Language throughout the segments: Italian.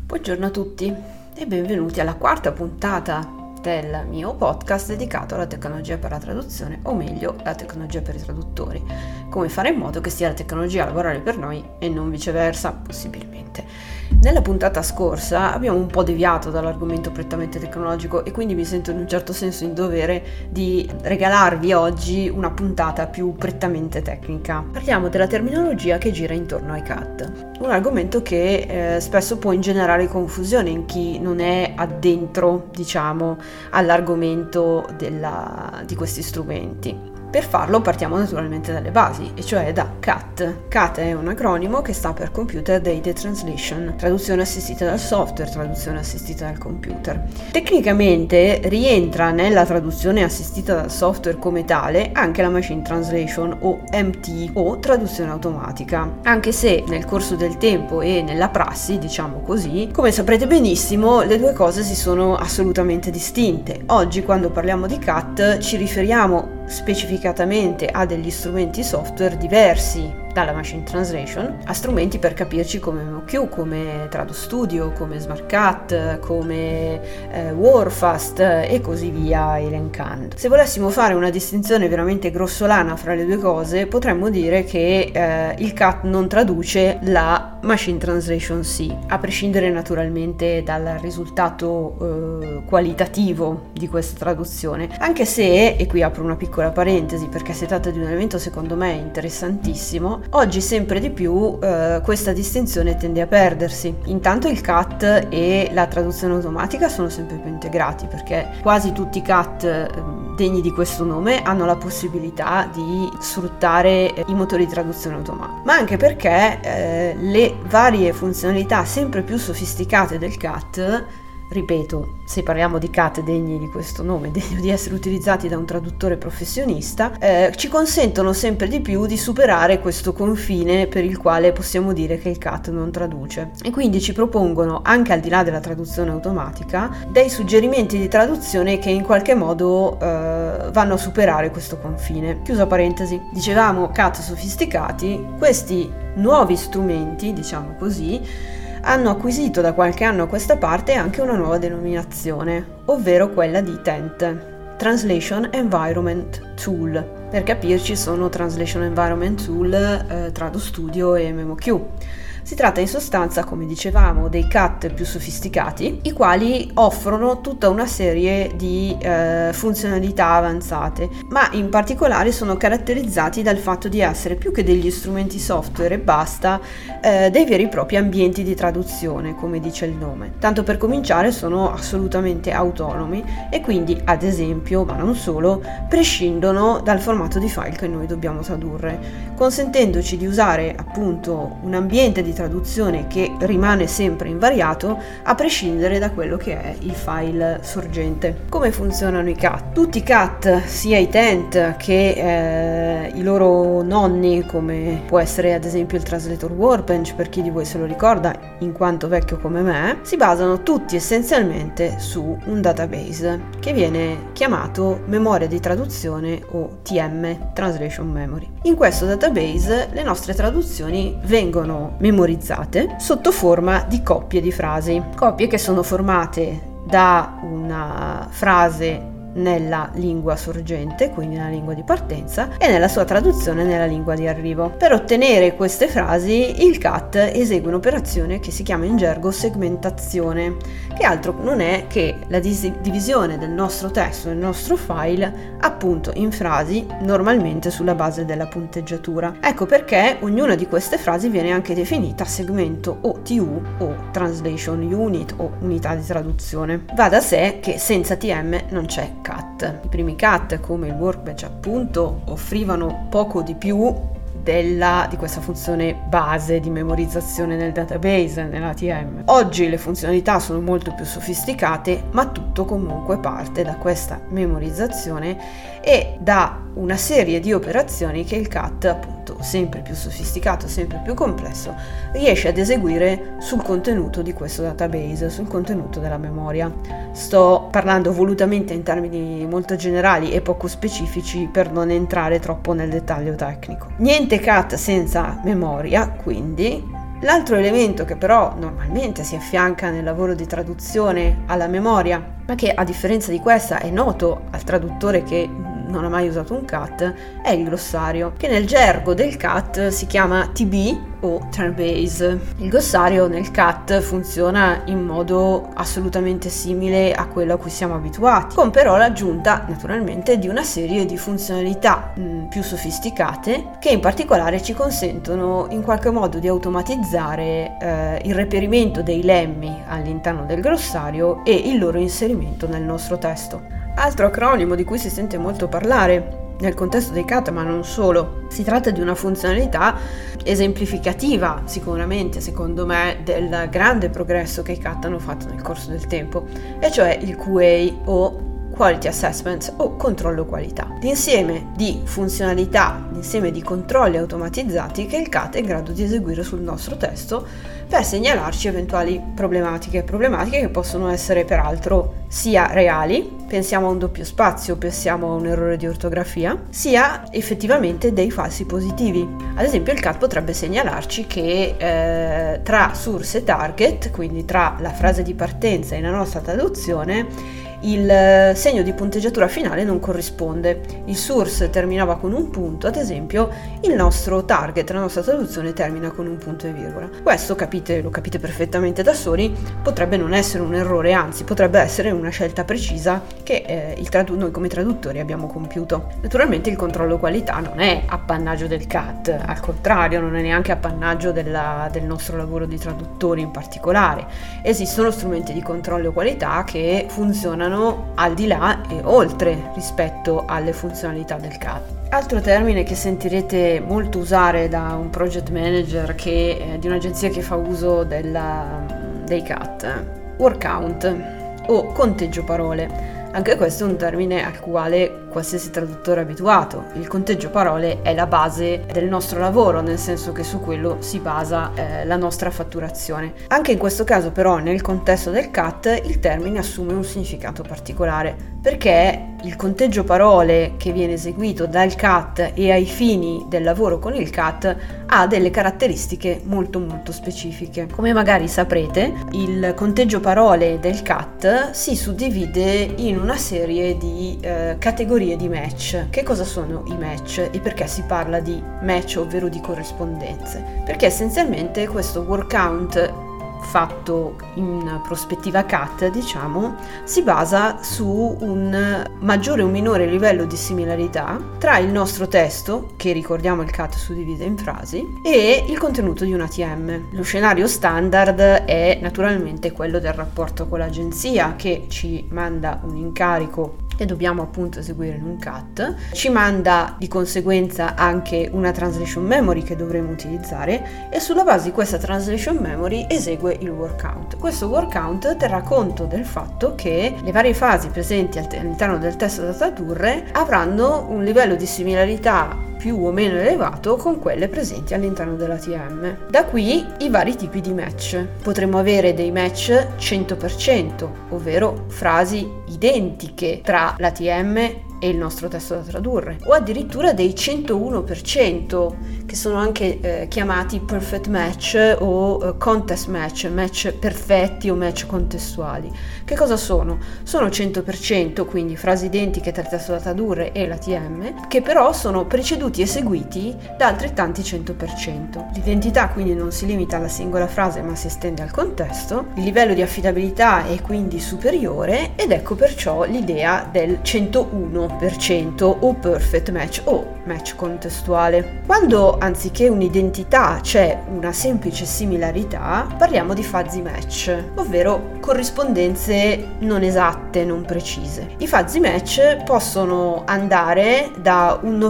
Buongiorno a tutti e benvenuti alla quarta puntata del mio podcast dedicato alla tecnologia per la traduzione, o meglio, la tecnologia per i traduttori. Come fare in modo che sia la tecnologia a lavorare per noi e non viceversa, possibilmente. Nella puntata scorsa abbiamo un po' deviato dall'argomento prettamente tecnologico e quindi mi sento in un certo senso in dovere di regalarvi oggi una puntata più prettamente tecnica. Parliamo della terminologia che gira intorno ai CAT, un argomento che spesso può ingenerare confusione in chi non è addentro, diciamo, all'argomento di questi strumenti. Per farlo partiamo naturalmente dalle basi, e cioè da CAT. CAT è un acronimo che sta per Computer Aided Translation, traduzione assistita dal software, traduzione assistita dal computer. Tecnicamente rientra nella traduzione assistita dal software come tale anche la Machine Translation o MT o traduzione automatica, anche se nel corso del tempo e nella prassi, diciamo così, come saprete benissimo, le due cose si sono assolutamente distinte. Oggi quando parliamo di CAT ci riferiamo specificatamente a degli strumenti software diversi dalla Machine Translation, a strumenti per capirci come MemoQ, come TraduStudio, come SmartCat, come Workfast e così via elencando. Se volessimo fare una distinzione veramente grossolana fra le due cose, potremmo dire che il CAT non traduce, la Machine Translation sì, a prescindere naturalmente dal risultato qualitativo di questa traduzione, anche se, e qui apro una piccola parentesi perché si tratta di un elemento secondo me interessantissimo, oggi sempre di più questa distinzione tende a perdersi. Intanto il CAT e la traduzione automatica sono sempre più integrati, perché quasi tutti i CAT degni di questo nome hanno la possibilità di sfruttare i motori di traduzione automatica, ma anche perché le varie funzionalità sempre più sofisticate del CAT, ripeto, se parliamo di CAT degni di questo nome, degni di essere utilizzati da un traduttore professionista, ci consentono sempre di più di superare questo confine per il quale possiamo dire che il CAT non traduce, e quindi ci propongono, anche al di là della traduzione automatica, dei suggerimenti di traduzione che in qualche modo vanno a superare questo confine. Chiusa parentesi. Dicevamo CAT sofisticati, questi nuovi strumenti, diciamo così, hanno acquisito da qualche anno a questa parte anche una nuova denominazione, ovvero quella di TENT, Translation Environment Tool. Per capirci sono Translation Environment Tool, TraduStudio e MemoQ. Si tratta in sostanza, come dicevamo, dei CAT più sofisticati, i quali offrono tutta una serie di funzionalità avanzate, ma in particolare sono caratterizzati dal fatto di essere, più che degli strumenti software e basta, dei veri e propri ambienti di traduzione, come dice il nome. Tanto per cominciare, sono assolutamente autonomi e quindi, ad esempio, ma non solo, prescindono dal formato di file che noi dobbiamo tradurre, consentendoci di usare appunto un ambiente di traduzione che rimane sempre invariato a prescindere da quello che è il file sorgente. Come funzionano i CAT? Tutti i CAT, sia i TENT che i loro nonni, come può essere ad esempio il Translator Workbench, per chi di voi se lo ricorda in quanto vecchio come me, si basano tutti essenzialmente su un database che viene chiamato memoria di traduzione o TM, Translation Memory. In questo database le nostre traduzioni vengono memorizzate sotto forma di coppie di frasi, coppie che sono formate da una frase nella lingua sorgente, quindi nella lingua di partenza, e nella sua traduzione nella lingua di arrivo. Per ottenere queste frasi il CAT esegue un'operazione che si chiama in gergo segmentazione, che altro non è che la divisione del nostro testo, del nostro file, appunto in frasi, normalmente sulla base della punteggiatura. Ecco perché ognuna di queste frasi viene anche definita segmento o TU o Translation Unit o unità di traduzione. Va da sé che senza TM non c'è CAT. I primi CAT, come il Workbench appunto, offrivano poco di più di questa funzione base di memorizzazione nel database, nell'ATM. Oggi le funzionalità sono molto più sofisticate, ma tutto comunque parte da questa memorizzazione e da una serie di operazioni che il CAT, appunto sempre più sofisticato, sempre più complesso, riesce ad eseguire sul contenuto di questo database, sul contenuto della memoria. Sto parlando volutamente in termini molto generali e poco specifici per non entrare troppo nel dettaglio tecnico. Niente CAT senza memoria, quindi, L'altro elemento che però normalmente si affianca nel lavoro di traduzione alla memoria, ma che a differenza di questa è noto al traduttore che non ha mai usato un CAT, è il glossario, che nel gergo del CAT si chiama TB o Turn Base. Il glossario nel CAT funziona in modo assolutamente simile a quello a cui siamo abituati, con però l'aggiunta naturalmente di una serie di funzionalità più sofisticate che in particolare ci consentono in qualche modo di automatizzare il reperimento dei lemmi all'interno del glossario e il loro inserimento nel nostro testo. Altro acronimo di cui si sente molto parlare nel contesto dei CAT, ma non solo. Si tratta di una funzionalità esemplificativa, sicuramente, secondo me, del grande progresso che i CAT hanno fatto nel corso del tempo, e cioè il QA o Quality Assessment o controllo qualità. L'insieme di funzionalità, l'insieme di controlli automatizzati che il CAT è in grado di eseguire sul nostro testo per segnalarci eventuali problematiche che possono essere peraltro sia reali, pensiamo a un doppio spazio, pensiamo a un errore di ortografia, sia effettivamente dei falsi positivi. Ad esempio il CAT potrebbe segnalarci che tra source e target, quindi tra la frase di partenza e la nostra traduzione, il segno di punteggiatura finale non corrisponde. Il source terminava con un punto, ad esempio il nostro target, la nostra traduzione termina con un punto e virgola. Questo, lo capite perfettamente da soli, potrebbe non essere un errore, anzi potrebbe essere una scelta precisa che noi come traduttori abbiamo compiuto. Naturalmente il controllo qualità non è appannaggio del CAT, al contrario, non è neanche appannaggio del nostro lavoro di traduttori in particolare. Esistono strumenti di controllo qualità che funzionano al di là e oltre rispetto alle funzionalità del CAT. Altro termine che sentirete molto usare da un project manager di un'agenzia che fa uso dei CAT, word count o conteggio parole. Anche questo è un termine al quale qualsiasi traduttore è abituato. Il conteggio parole è la base del nostro lavoro, nel senso che su quello si basa la nostra fatturazione. Anche in questo caso però, nel contesto del CAT, il termine assume un significato particolare, perché il conteggio parole che viene eseguito dal CAT e ai fini del lavoro con il CAT ha delle caratteristiche molto molto specifiche. Come magari saprete, il conteggio parole del CAT si suddivide in una serie di categorie di match. Che cosa sono i match e perché si parla di match, ovvero di corrispondenze? Perché essenzialmente questo word count fatto in prospettiva CAT, diciamo, si basa su un maggiore o minore livello di similarità tra il nostro testo, che ricordiamo il CAT suddivide in frasi, e il contenuto di un ATM. Lo scenario standard è naturalmente quello del rapporto con l'agenzia, che ci manda un incarico che dobbiamo appunto eseguire in un CAT, ci manda di conseguenza anche una translation memory che dovremo utilizzare, e sulla base di questa translation memory esegue il word count. Questo word count terrà conto del fatto che le varie fasi presenti all'interno del testo da tradurre avranno un livello di similarità più o meno elevato con quelle presenti all'interno dell'ATM. Da qui i vari tipi di match. Potremmo avere dei match 100%, ovvero frasi identiche tra l'ATM e il nostro testo da tradurre, o addirittura dei 101%, che sono anche chiamati perfect match o contest match, match perfetti o match contestuali. Che cosa sono? Sono 100%, quindi frasi identiche tra il testo da tradurre e l'ATM, che però sono preceduti e seguiti da altrettanti 100%. L'identità quindi non si limita alla singola frase ma si estende al contesto, il livello di affidabilità è quindi superiore, ed ecco perciò l'idea del 101% o perfect match o match contestuale. Quando anziché un'identità c'è una semplice similarità, parliamo di fuzzy match, ovvero corrispondenze non esatte, non precise. I fuzzy match possono andare da un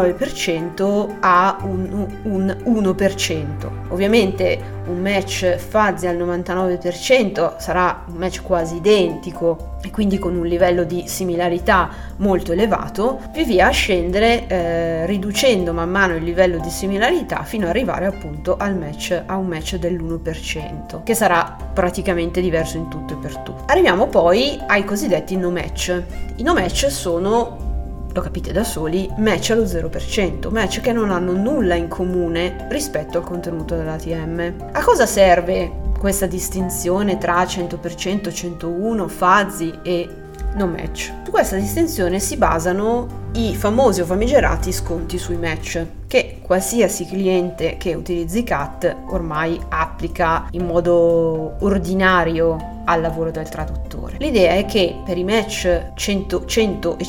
99% a un 1%. Ovviamente un match fuzzy al 99% sarà un match quasi identico e quindi con un livello di similarità molto elevato, via a scendere riducendo man mano il livello di similarità fino ad arrivare appunto a un match dell'1%, che sarà praticamente diverso in tutto e per tutto. Arriviamo poi ai cosiddetti no match. I no match sono lo capite da soli, match allo 0%, match che non hanno nulla in comune rispetto al contenuto dell'ATM. A cosa serve questa distinzione tra 100%, 101, fuzzy e no match? Su questa distinzione si basano i famosi o famigerati sconti sui match, che qualsiasi cliente che utilizzi CAT ormai applica in modo ordinario al lavoro del traduttore. L'idea è che per i match 100 e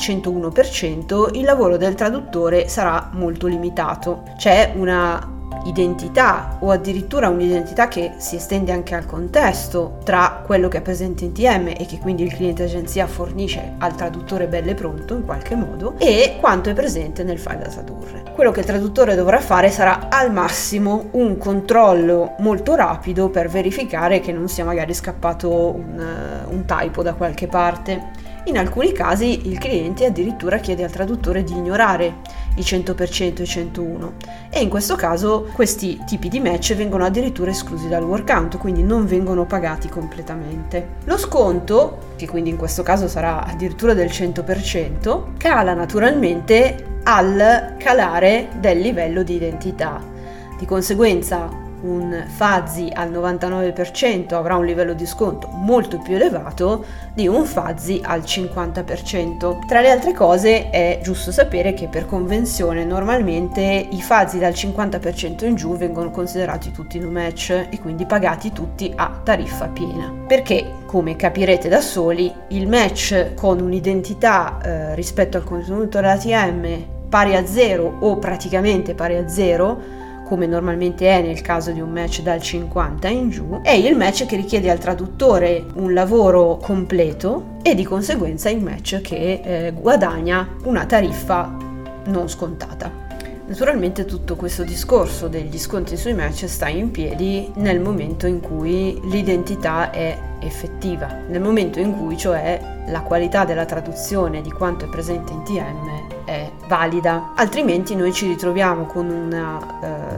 101% il lavoro del traduttore sarà molto limitato. C'è una identità o addirittura un'identità che si estende anche al contesto tra quello che è presente in TM e che quindi il cliente agenzia fornisce al traduttore bello e pronto in qualche modo, e quanto è presente nel file da tradurre. Quello che il traduttore dovrà fare sarà al massimo un controllo molto rapido per verificare che non sia magari scappato un typo da qualche parte. In alcuni casi il cliente addirittura chiede al traduttore di ignorare i 100% e 101, e in questo caso questi tipi di match vengono addirittura esclusi dal word count, quindi non vengono pagati completamente. Lo sconto, che quindi in questo caso sarà addirittura del 100%, cala naturalmente al calare del livello di identità. Di conseguenza un fuzzy al 99% avrà un livello di sconto molto più elevato di un fuzzy al 50%. Tra le altre cose è giusto sapere che per convenzione normalmente i fuzzy dal 50% in giù vengono considerati tutti no match e quindi pagati tutti a tariffa piena, perché come capirete da soli il match con un'identità rispetto al contenuto dell'ATM pari a 0 o praticamente pari a 0, come normalmente è nel caso di un match dal 50 in giù, è il match che richiede al traduttore un lavoro completo e di conseguenza il match che guadagna una tariffa non scontata. Naturalmente tutto questo discorso degli sconti sui match sta in piedi nel momento in cui l'identità è effettiva, nel momento in cui cioè la qualità della traduzione di quanto è presente in TM è valida, altrimenti noi ci ritroviamo con un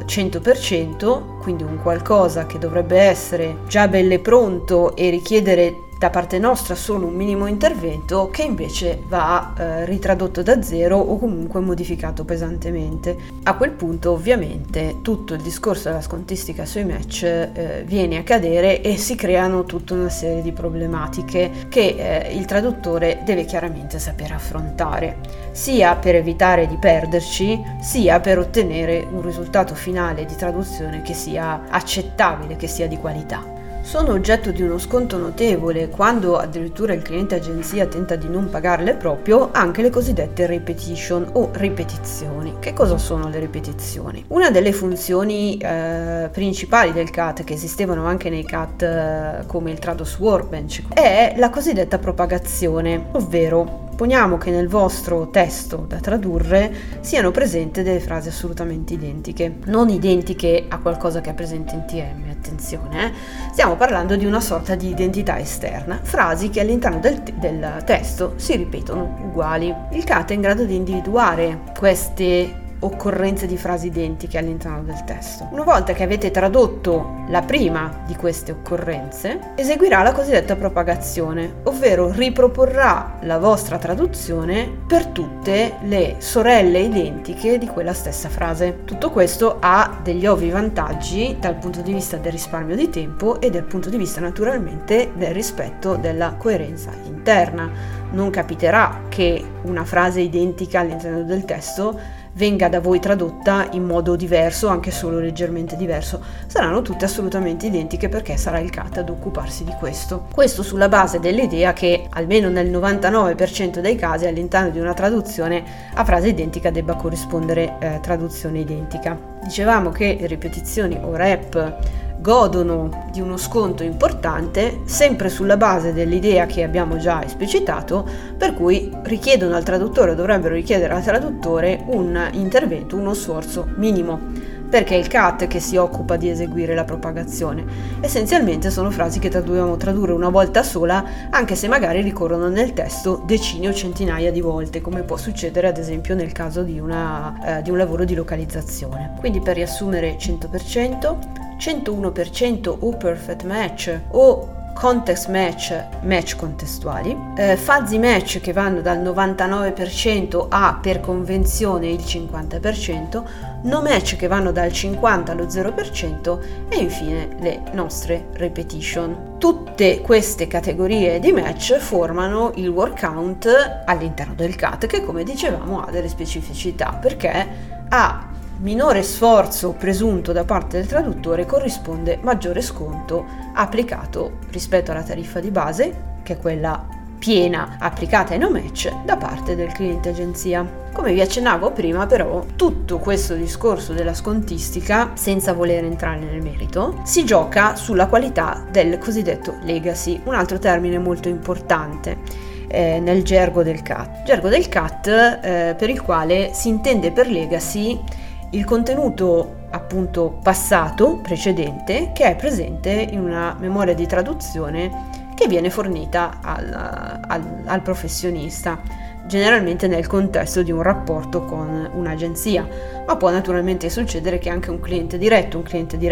100%, quindi un qualcosa che dovrebbe essere già bello e pronto e richiedere da parte nostra solo un minimo intervento, che invece va ritradotto da zero o comunque modificato pesantemente. A quel punto ovviamente tutto il discorso della scontistica sui match viene a cadere e si creano tutta una serie di problematiche che il traduttore deve chiaramente sapere affrontare, sia per evitare di perderci, sia per ottenere un risultato finale di traduzione che sia accettabile, che sia di qualità. Sono oggetto di uno sconto notevole, quando addirittura il cliente agenzia tenta di non pagarle proprio, anche le cosiddette repetition o ripetizioni. Che cosa sono le ripetizioni? Una delle funzioni principali del CAT, che esistevano anche nei CAT come il Trados Workbench, è la cosiddetta propagazione, ovvero poniamo che nel vostro testo da tradurre siano presenti delle frasi assolutamente identiche, non identiche a qualcosa che è presente in TM, attenzione, stiamo parlando di una sorta di identità esterna, frasi che all'interno del testo si ripetono uguali. Il CAT è in grado di individuare queste occorrenze di frasi identiche all'interno del testo. Una volta che avete tradotto la prima di queste occorrenze, eseguirà la cosiddetta propagazione, ovvero riproporrà la vostra traduzione per tutte le sorelle identiche di quella stessa frase. Tutto questo ha degli ovvi vantaggi dal punto di vista del risparmio di tempo e dal punto di vista naturalmente del rispetto della coerenza interna. Non capiterà che una frase identica all'interno del testo venga da voi tradotta in modo diverso, anche solo leggermente diverso. Saranno tutte assolutamente identiche perché sarà il CAT ad occuparsi di questo. Questo sulla base dell'idea che almeno nel 99% dei casi all'interno di una traduzione a frase identica debba corrispondere traduzione identica. Dicevamo che le ripetizioni o rep godono di uno sconto importante sempre sulla base dell'idea che abbiamo già esplicitato, per cui richiedono al traduttore, dovrebbero richiedere al traduttore un intervento, uno sforzo minimo, perché è il CAT che si occupa di eseguire la propagazione. Essenzialmente sono frasi che dobbiamo tradurre una volta sola, anche se magari ricorrono nel testo decine o centinaia di volte, come può succedere ad esempio nel caso di un lavoro di localizzazione. Quindi per riassumere 100%, 101% o perfect match o context match contestuali, fuzzy match che vanno dal 99% a per convenzione il 50%, no match che vanno dal 50 allo 0% e infine le nostre repetition. Tutte queste categorie di match formano il word count all'interno del CAT, che come dicevamo ha delle specificità, perché a minore sforzo presunto da parte del traduttore corrisponde maggiore sconto applicato rispetto alla tariffa di base, che è quella piena applicata ai no match da parte del cliente agenzia. Come vi accennavo prima, però, tutto questo discorso della scontistica, senza voler entrare nel merito, si gioca sulla qualità del cosiddetto legacy, un altro termine molto importante nel gergo del CAT. Gergo del CAT per il quale si intende per legacy il contenuto appunto passato, precedente, che è presente in una memoria di traduzione che viene fornita al professionista, generalmente nel contesto di un rapporto con un'agenzia, ma può naturalmente succedere che anche un cliente diretto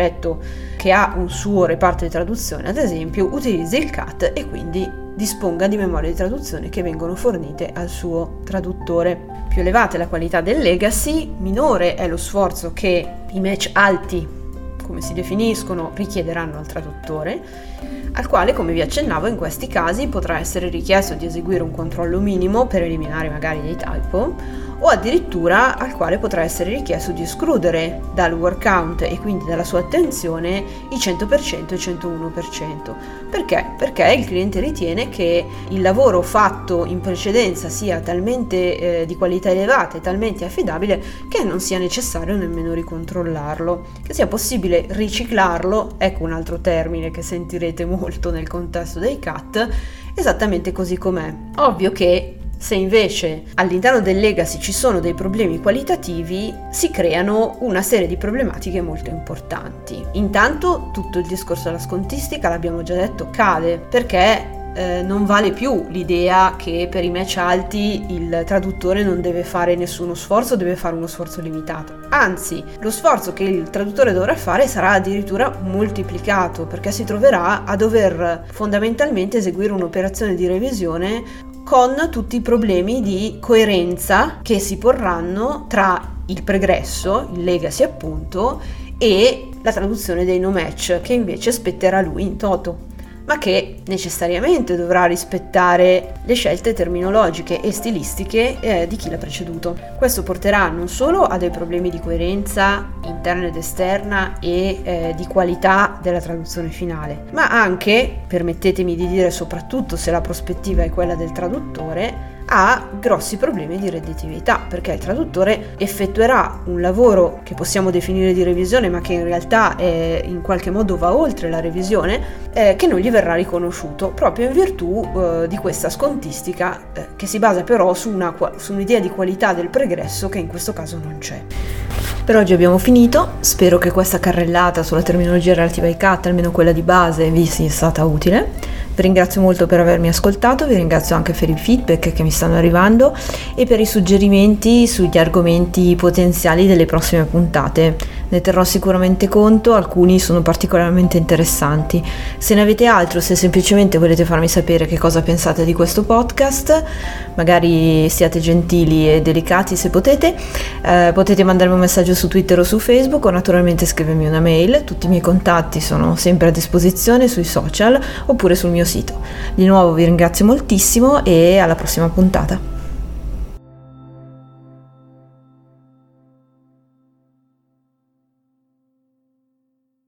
che ha un suo reparto di traduzione, ad esempio, utilizzi il CAT e quindi disponga di memorie di traduzione che vengono fornite al suo traduttore. Più elevata è la qualità del legacy, minore è lo sforzo che i match alti, come si definiscono, richiederanno al traduttore, al quale, come vi accennavo, in questi casi potrà essere richiesto di eseguire un controllo minimo per eliminare magari dei typo, o addirittura al quale potrà essere richiesto di escludere dal word count e quindi dalla sua attenzione i 100% e il 101%. Perché? Perché il cliente ritiene che il lavoro fatto in precedenza sia talmente di qualità elevata e talmente affidabile che non sia necessario nemmeno ricontrollarlo, che sia possibile riciclarlo, ecco un altro termine che sentirete molto nel contesto dei CAT, esattamente così com'è. Ovvio che se invece all'interno del legacy ci sono dei problemi qualitativi, si creano una serie di problematiche molto importanti. Intanto tutto il discorso della scontistica, l'abbiamo già detto, cade perché non vale più l'idea che per i match alti il traduttore non deve fare nessuno sforzo, deve fare uno sforzo limitato. Anzi, lo sforzo che il traduttore dovrà fare sarà addirittura moltiplicato, perché si troverà a dover fondamentalmente eseguire un'operazione di revisione con tutti i problemi di coerenza che si porranno tra il pregresso, il legacy appunto, e la traduzione dei no match, che invece spetterà a lui in toto, ma che necessariamente dovrà rispettare le scelte terminologiche e stilistiche di chi l'ha preceduto. Questo porterà non solo a dei problemi di coerenza interna ed esterna e di qualità della traduzione finale, ma anche, permettetemi di dire soprattutto se la prospettiva è quella del traduttore, ha grossi problemi di redditività, perché il traduttore effettuerà un lavoro che possiamo definire di revisione, ma che in realtà in qualche modo va oltre la revisione, che non gli verrà riconosciuto proprio in virtù di questa scontistica che si basa però su un'idea di qualità del pregresso che in questo caso non c'è. Per oggi abbiamo finito, spero che questa carrellata sulla terminologia relativa ai CAT, almeno quella di base, vi sia stata utile. Vi ringrazio molto per avermi ascoltato, vi ringrazio anche per i feedback che mi stanno arrivando e per i suggerimenti sugli argomenti potenziali delle prossime puntate. Ne terrò sicuramente conto, alcuni sono particolarmente interessanti. Se ne avete altro, se semplicemente volete farmi sapere che cosa pensate di questo podcast, magari siate gentili e delicati se potete, potete mandarmi un messaggio su Twitter o su Facebook o naturalmente scrivermi una mail. Tutti i miei contatti sono sempre a disposizione sui social oppure sul mio sito. Di nuovo vi ringrazio moltissimo e alla prossima puntata.